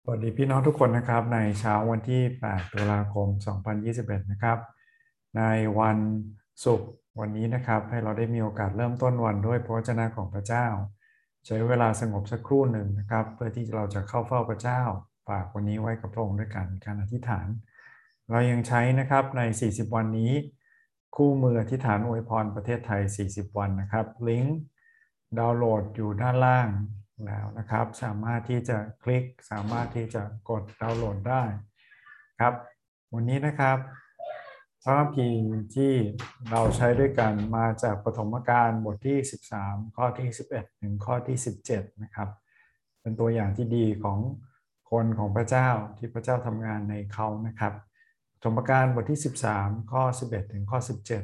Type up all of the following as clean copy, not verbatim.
สวัสดีพี่น้องทุกคนนะครับในเช้าวันที่8ตุลาคม2021นะครับในวันศุกร์วันนี้นะครับให้เราได้มีโอกาสเริ่มต้นวันด้วยพระวจนะของพระเจ้าใช้เวลาสงบสักครู่หนึ่งนะครับเพื่อที่เราจะเข้าเฝ้าพระเจ้าฝากวันนี้ไว้กับพระองค์ด้วยกันการอธิษฐานเรายังใช้นะครับใน40วันนี้คู่มืออธิษฐานอวยพรประเทศไทย40วันนะครับลิงก์ดาวน์โหลดอยู่ด้านล่างแล้วนะครับสามารถที่จะคลิกสามารถที่จะกดดาวน์โหลดได้ครับวันนี้นะครับพระคัมภีร์ที่เราใช้ด้วยกันมาจากปฐมกาลบทที่13ข้อที่11ถึงข้อที่17นะครับเป็นตัวอย่างที่ดีของคนของพระเจ้าที่พระเจ้าทำงานในเขานะครับปฐมกาลบทที่13ข้อ11ถึงข้อ17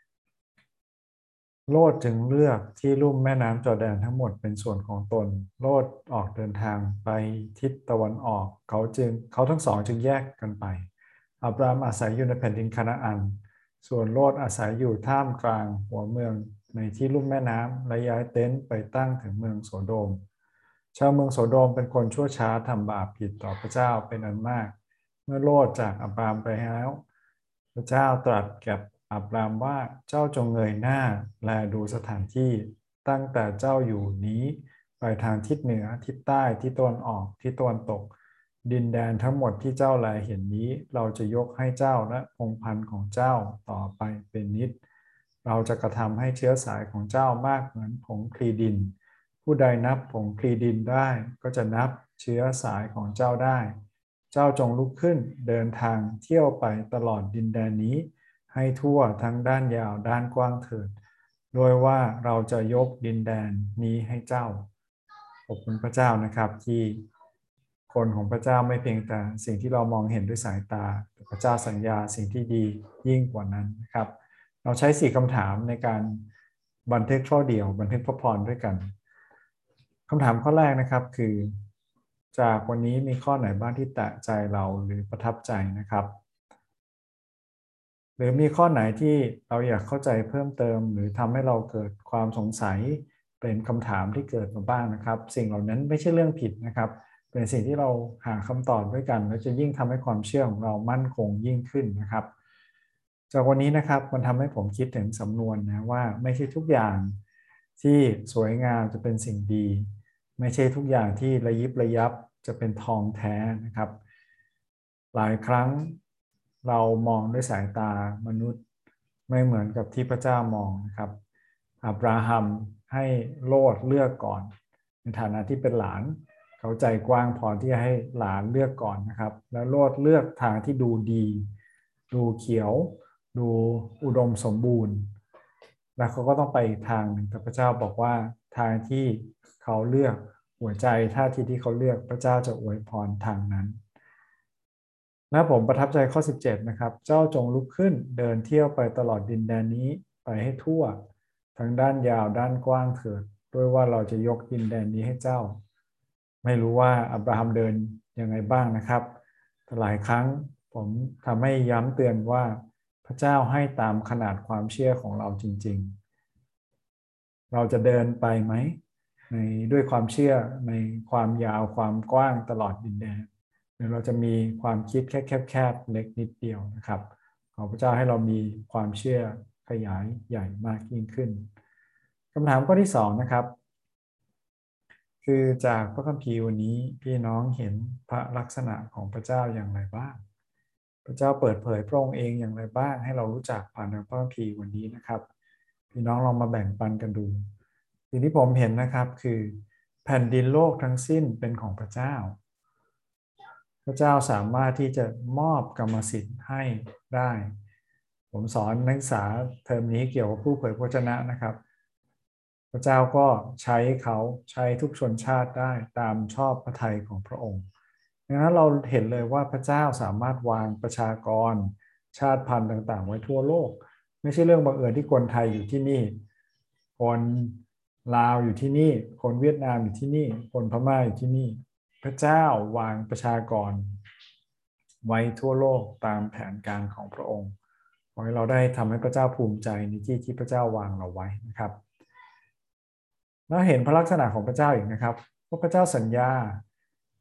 โลดจึงเลือกที่ลุ่มแม่น้ำจอร์แดนทั้งหมดเป็นส่วนของตนโลดออกเดินทางไปทิศตะวันออกเขาทั้งสองจึงแยกกันไปอับรามอาศัยอยู่ในแผ่นดินคานาอันส่วนโลดอาศัยอยู่ท่ามกลางหัวเมืองในที่ลุ่มแม่น้ำและย้ายเต็นท์ไปตั้งถึงเมืองโสโดมชาวเมืองโสโดมเป็นคนชั่วช้าทำบาปผิดต่อพระเจ้าเป็นอันมากเมื่อโลดจากอับรามไปแล้วพระเจ้าตรัสแก่อับรามว่าเจ้าจงเงยหน้าแลดูสถานที่ตั้งแต่เจ้าอยู่นี้ไปทางทิศเหนือทิศใต้ทิศตะวันออกทิศตะวันตกดินแดนทั้งหมดที่เจ้าแลเห็นนี้เราจะยกให้เจ้าและพงศ์พันธุ์ของเจ้าต่อไปเป็นนิจเราจะกระทำให้เชื้อสายของเจ้ามากเหมือนผงคลีดินผู้ใดนับผงคลีดินได้ก็จะนับเชื้อสายของเจ้าได้เจ้าจงลุกขึ้นเดินทางเที่ยวไปตลอดดินแดนนี้ให้ทั่วทั้งด้านยาวด้านกว้างเถิดโดยว่าเราจะยกดินแดนนี้ให้เจ้าขอบคุณพระเจ้านะครับที่คนของพระเจ้าไม่เพียงแต่สิ่งที่เรามองเห็นด้วยสายตาแต่พระเจ้าสัญญาสิ่งที่ดียิ่งกว่านั้นนะครับเราใช้4คำถามในการบันทึกข้อเดียวบันทึกพระพรด้วยกันคำถามข้อแรกนะครับคือจากวันนี้มีข้อไหนบ้างที่แตะใจเราหรือประทับใจนะครับหรือมีข้อไหนที่เราอยากเข้าใจเพิ่มเติมหรือทำให้เราเกิดความสงสัยเป็นคำถามที่เกิดมาบ้างนะครับสิ่งเหล่านั้นไม่ใช่เรื่องผิดนะครับเป็นสิ่งที่เราหาคำตอบด้วยกันและจะยิ่งทำให้ความเชื่อของเรามั่นคงยิ่งขึ้นนะครับจากวันนี้นะครับมันทำให้ผมคิดถึงสำนวนนะว่าไม่ใช่ทุกอย่างที่สวยงามจะเป็นสิ่งดีไม่ใช่ทุกอย่างที่ระยิบระยับจะเป็นทองแท้นะครับหลายครั้งเรามองด้วยสายตามนุษย์ไม่เหมือนกับที่พระเจ้ามองนะครับอับราฮัมให้โลดเลือกก่อนในฐานะที่เป็นหลานเขาใจกว้างพอที่จะให้หลานเลือกก่อนนะครับแล้วโลดเลือกทางที่ดูดีดูเขียวดูอุดมสมบูรณ์แล้วเขาก็ต้องไปอีกทางหนึ่งแต่พระเจ้าบอกว่าทางที่เขาเลือกหัวใจท่าทีที่เขาเลือกพระเจ้าจะอวยพรทางนั้นและผมประทับใจข้อ17นะครับเจ้าจงลุกขึ้นเดินเที่ยวไปตลอดดินแดนนี้ไปให้ทั่วทั้งด้านยาวด้านกว้างเถิดด้วยว่าเราจะยกดินแดนนี้ให้เจ้าไม่รู้ว่าอับราฮัมเดินยังไงบ้างนะครับแต่หลายครั้งผมทำให้ย้ำเตือนว่าพระเจ้าให้ตามขนาดความเชื่อของเราจริงๆเราจะเดินไปไหมในด้วยความเชื่อในความยาวความกว้างตลอดดินแดน หรือเราจะมีความคิดแค่แคบๆเล็กนิดเดียวนะครับขอพระเจ้าให้เรามีความเชื่อขยายใหญ่มากยิ่งขึ้นคำถามข้อที่สองนะครับคือจากพระคัมภีร์วันนี้พี่น้องเห็นพระลักษณะของพระเจ้าอย่างไรบ้างพระเจ้าเปิดเผยพระองค์เองอย่างไรบ้างให้เรารู้จักผ่านทางพระคัมภีร์วันนี้นะครับพี่น้องลองมาแบ่งปันกันดูสิ่งที่ผมเห็นนะครับคือแผ่นดินโลกทั้งสิ้นเป็นของพระเจ้า พระเจ้าสามารถที่จะมอบกรรมสิทธิ์ให้ได้ ผมสอนนักศึกษาเทอมนี้เกี่ยวกับผู้เผยพระวจนะนะครับ พระเจ้าก็ใช้เขาใช้ทุกชนชาติได้ตามชอบพระทัยของพระองค์ดังนั้นเราเห็นเลยว่าพระเจ้าสามารถวางประชากรชาติพันธุ์ต่างๆไว้ทั่วโลก ไม่ใช่เรื่องบังเอิญที่คนไทยอยู่ที่นี่ คนลาวอยู่ที่นี่ คนเวียดนามอยู่ที่นี่ คนพม่าอยู่ที่นี่ พระเจ้าวางประชากรไว้ทั่วโลกตามแผนการของพระองค์ขอให้เราได้ทำให้พระเจ้าภูมิใจในที่ที่พระเจ้าวางเราไว้นะครับแล้วเห็นพระลักษณะของพระเจ้าอีกนะครับว่าพระเจ้าสัญญาใน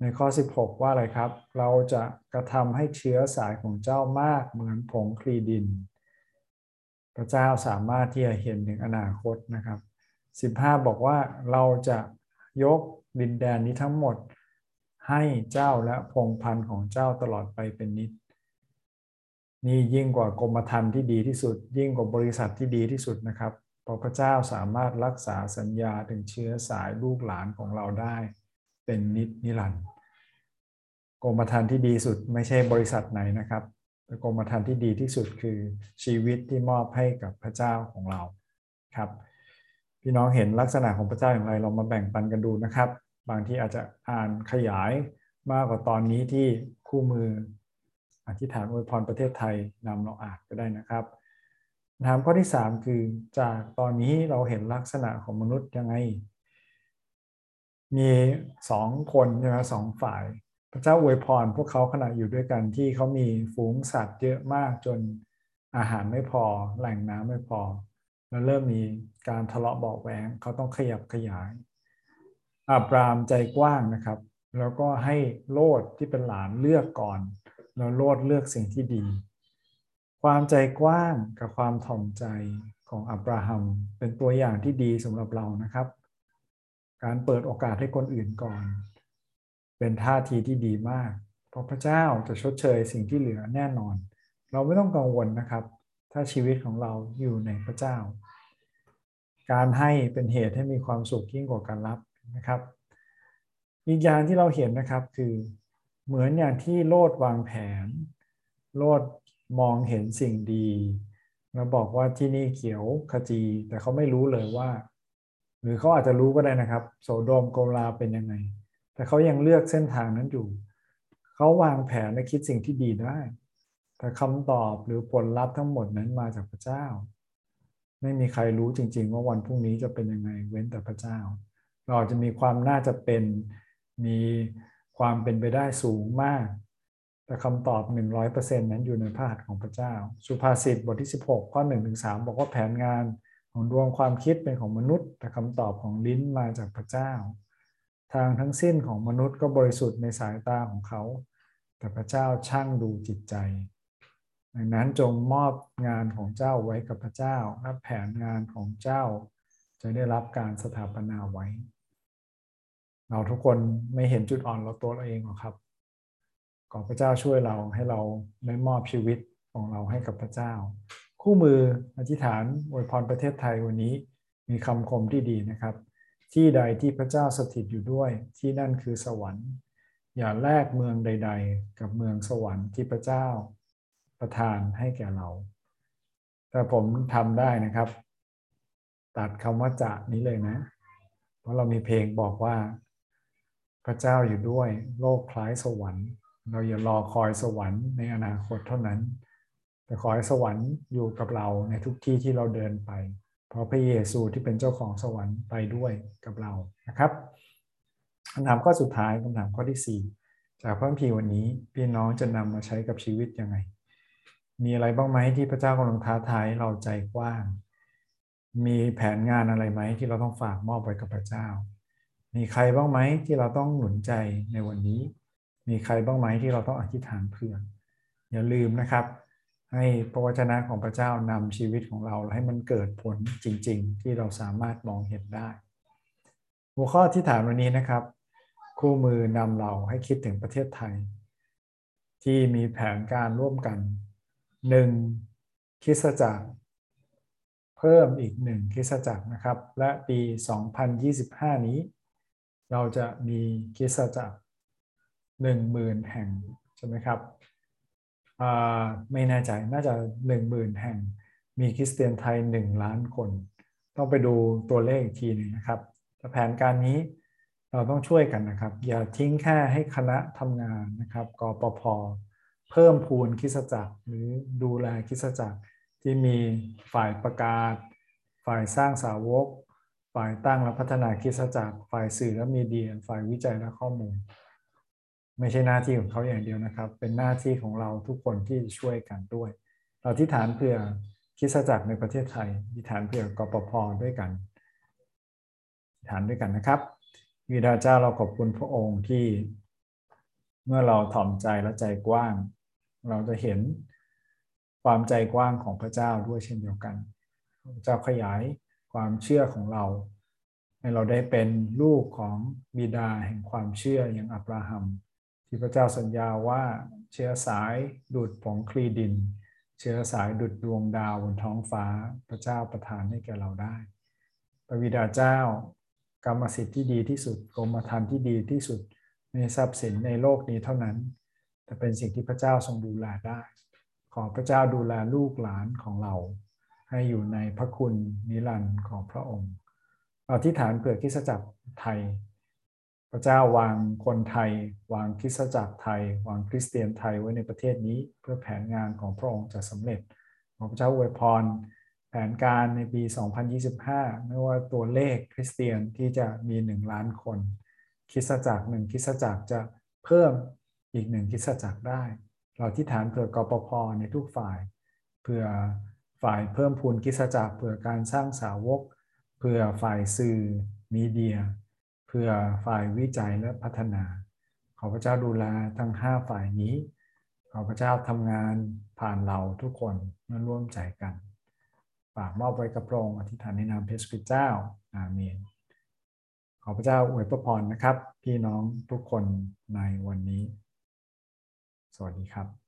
ในข้อ16ว่าอะไรครับเราจะกระทำให้เชื้อสายของเจ้ามากเหมือนผงคลีดินพระเจ้าสามารถที่จะเห็นถึงอนาคตนะครับ15บอกว่าเราจะยกดินแดนนี้ทั้งหมดให้เจ้าและพงศ์พันธุ์ของเจ้าตลอดไปเป็นนิจนี่ยิ่งกว่ากรมธรรม์ที่ดีที่สุดยิ่งกว่าบริษัทที่ดีที่สุดนะครับเพราะพระเจ้าสามารถรักษาสัญญาถึงเชื้อสายลูกหลานของเราได้เป็นนิจนิรันดร์กรมธรรม์ที่ดีสุดไม่ใช่บริษัทไหนนะครับแต่กรมธรรม์ที่ดีที่สุดคือชีวิตที่มอบให้กับพระเจ้าของเราครับพี่น้องเห็นลักษณะของพระเจ้าอย่างไรเรามาแบ่งปันกันดูนะครับบางทีอาจจะอ่านขยายมากกว่าตอนนี้ที่คู่มืออธิษฐานอวยพรประเทศไทยนำเราอ่านก็ได้นะครับถามข้อที่3คือจากตอนนี้เราเห็นลักษณะของมนุษย์ยังไงมี2 คนใช่ไหม2 ฝ่ายพระเจ้าอวยพรพวกเขาขณะอยู่ด้วยกันที่เขามีฝูงสัตว์เยอะมากจนอาหารไม่พอแหล่งน้ำไม่พอแล้วเริ่มมีการทะเลาะเบาะแว้งเขาต้องขยับขยายอับรามใจกว้างนะครับแล้วก็ให้โลดที่เป็นหลานเลือกก่อนแล้วโลดเลือกสิ่งที่ดีความใจกว้างกับความถ่อมใจของอับราฮัมเป็นตัวอย่างที่ดีสำหรับเรานะครับการเปิดโอกาสให้คนอื่นก่อนเป็นท่าทีที่ดีมากเพราะพระเจ้าจะชดเชยสิ่งที่เหลือแน่นอนเราไม่ต้องกังวลนะครับถ้าชีวิตของเราอยู่ในพระเจ้าการให้เป็นเหตุให้มีความสุขยิ่งกว่าการรับนะครับอีกอย่างที่เราเห็นนะครับคือเหมือนอย่างที่โลดวางแผนโลดมองเห็นสิ่งดีแล้วบอกว่าที่นี่เขียวขจีแต่เขาไม่รู้เลยว่าหรือเขาอาจจะรู้ก็ได้นะครับโสโดมโกมราเป็นยังไงแต่เขายังเลือกเส้นทางนั้นอยู่เขาวางแผนและคิดสิ่งที่ดีได้แต่คำตอบหรือผลลัพธ์ทั้งหมดนั้นมาจากพระเจ้าไม่มีใครรู้จริงๆว่าวันพรุ่งนี้จะเป็นยังไงเว้นแต่พระเจ้าเราจะมีความน่าจะเป็นมีความเป็นไปได้สูงมากแต่คำตอบ100%นั้นอยู่ในพระหัตถ์ของพระเจ้าสุภาษิตบทที่16ข้อ1-3บอกว่าแผนงานของดวงความคิดเป็นของมนุษย์แต่คำตอบของลิ้นมาจากพระเจ้าทางทั้งสิ้นของมนุษย์ก็บริสุทธิ์ในสายตาของเขาแต่พระเจ้าช่างดูจิตใจดังนั้นจงมอบงานของเจ้าไว้กับพระเจ้าและแผนงานของเจ้าจะได้รับการสถาปนาไว้เราทุกคนไม่เห็นจุดอ่อนเราตัวเราเองหรอกครับขอพระเจ้าช่วยเราให้เราได้มอบชีวิตของเราให้กับพระเจ้าคู่มืออธิษฐานอวยพรประเทศไทยวันนี้มีคำคมที่ดีนะครับที่ใดที่พระเจ้าสถิตอยู่ด้วยที่นั่นคือสวรรค์อย่าแลกเมืองใดๆกับเมืองสวรรค์ที่พระเจ้าประทานให้แก่เราแต่ผมทำได้นะครับตัดคำว่าจะนี้เลยนะเพราะเรามีเพลงบอกว่าพระเจ้าอยู่ด้วยโลกคล้ายสวรรค์เราอย่ารอคอยสวรรค์ในอนาคตเท่านั้นแต่ขอให้สวรรค์อยู่กับเราในทุกที่ที่เราเดินไปเพราะพระเยซูที่เป็นเจ้าของสวรรค์ไปด้วยกับเรานะครับคำถามข้อสุดท้ายคำถามข้อที่4จากพระคัมภีร์วันนี้พี่น้องจะนำมาใช้กับชีวิตยังไงมีอะไรบ้างไหมที่พระเจ้ากำลังท้าทายเราใจกว้างมีแผนงานอะไรไหมที่เราต้องฝากมอบไว้กับพระเจ้ามีใครบ้างไหมที่เราต้องหนุนใจในวันนี้มีใครบ้างไหมที่เราต้องอธิษฐานเผื่ออย่าลืมนะครับให้พระวจนะของพระเจ้านำชีวิตของเราให้มันเกิดผลจริงๆที่เราสามารถมองเห็นได้หัวข้อที่ถามวันนี้นะครับคู่มือนำเราให้คิดถึงประเทศไทยที่มีแผนการร่วมกัน1คริสตจักรเพิ่มอีก1คริสตจักรนะครับและปี2025นี้เราจะมีคริสตจักร10,000แห่งใช่ไหมครับไม่แน่ใจน่าจะ10,000แห่งมีคริสเตียนไทย1 ล้านคนต้องไปดูตัวเลขอีกทีหนึ่งนะครับแต่แผนการนี้เราต้องช่วยกันนะครับอย่าทิ้งแค่ให้คณะทำงานนะครับกปภเพิ่มพูนคริสตจักรหรือดูแลคริสตจักรที่มีฝ่ายประกาศฝ่ายสร้างสาวกฝ่ายตั้งและพัฒนาคริสตจักรฝ่ายสื่อและมีเดียฝ่ายวิจัยและข้อมูลไม่ใช่หน้าที่ของเขาอย่างเดียวนะครับเป็นหน้าที่ของเราทุกคนที่ช่วยกันด้วยเราที่ฐานเพื่อคริสตจักรในประเทศไทยที่ฐานเพื่อกปภด้วยกันฐานด้วยกันนะครับวิดาเจ้าเราขอบคุณพระองค์ที่เมื่อเราถ่อมใจและใจกว้างเราจะเห็นความใจกว้างของพระเจ้าด้วยเช่นเดียวกันพระเจ้าขยายความเชื่อของเราให้เราได้เป็นลูกของบิดาแห่งความเชื่ออย่างอับราฮัมที่พระเจ้าสัญญาว่าเชื้อสายดุจผงคลีดินเชื้อสายดุจดวงดาวบนท้องฟ้าพระเจ้าประทานให้แก่เราได้พระบิดาเจ้ากรรมสิทธิ์ที่ดีที่สุดกรมธรรม์ที่ดีที่สุดในทรัพย์สินในโลกนี้เท่านั้นแต่เป็นสิ่งที่พระเจ้าทรงดูแลได้ขอพระเจ้าดูแลลูกหลานของเราให้อยู่ในพระคุณนิรันดร์ของพระองค์เราที่ฐานเผื่อคริสตจักรไทยพระเจ้าวางคนไทยวางคริสตจักรไทยวางคริสเตียนไทยไว้ในประเทศนี้เพื่อแผนงานของพระองค์จะสำเร็จขอพระเจ้าอวยพรแผนการในปี 2025 ไม่ว่าตัวเลขคริสเตียนที่จะมี1 ล้านคนคริสตจักร1คริสตจักรจะเพิ่มอีก1คริสตจักรได้เราที่ฐานเผื่อกปภในทุกฝ่ายเพื่อฝ่ายเพิ่มพูนคริสตจักรเพื่อการสร้างสาวกเพื่อฝ่ายสื่อมีเดียเพื่อฝ่ายวิจัยและพัฒนาขอพระเจ้าดูแลทั้ง5ฝ่ายนี้ขอพระเจ้าทำงานผ่านเราทุกคนมาร่วมใจกันฝากมอบไว้กับพระองค์อธิษฐานในนามพระเยซูคริสต์เจ้าอาเมนขอพระเจ้าอวยพรนะครับพี่น้องทุกคนในวันนี้สวัสดีครับ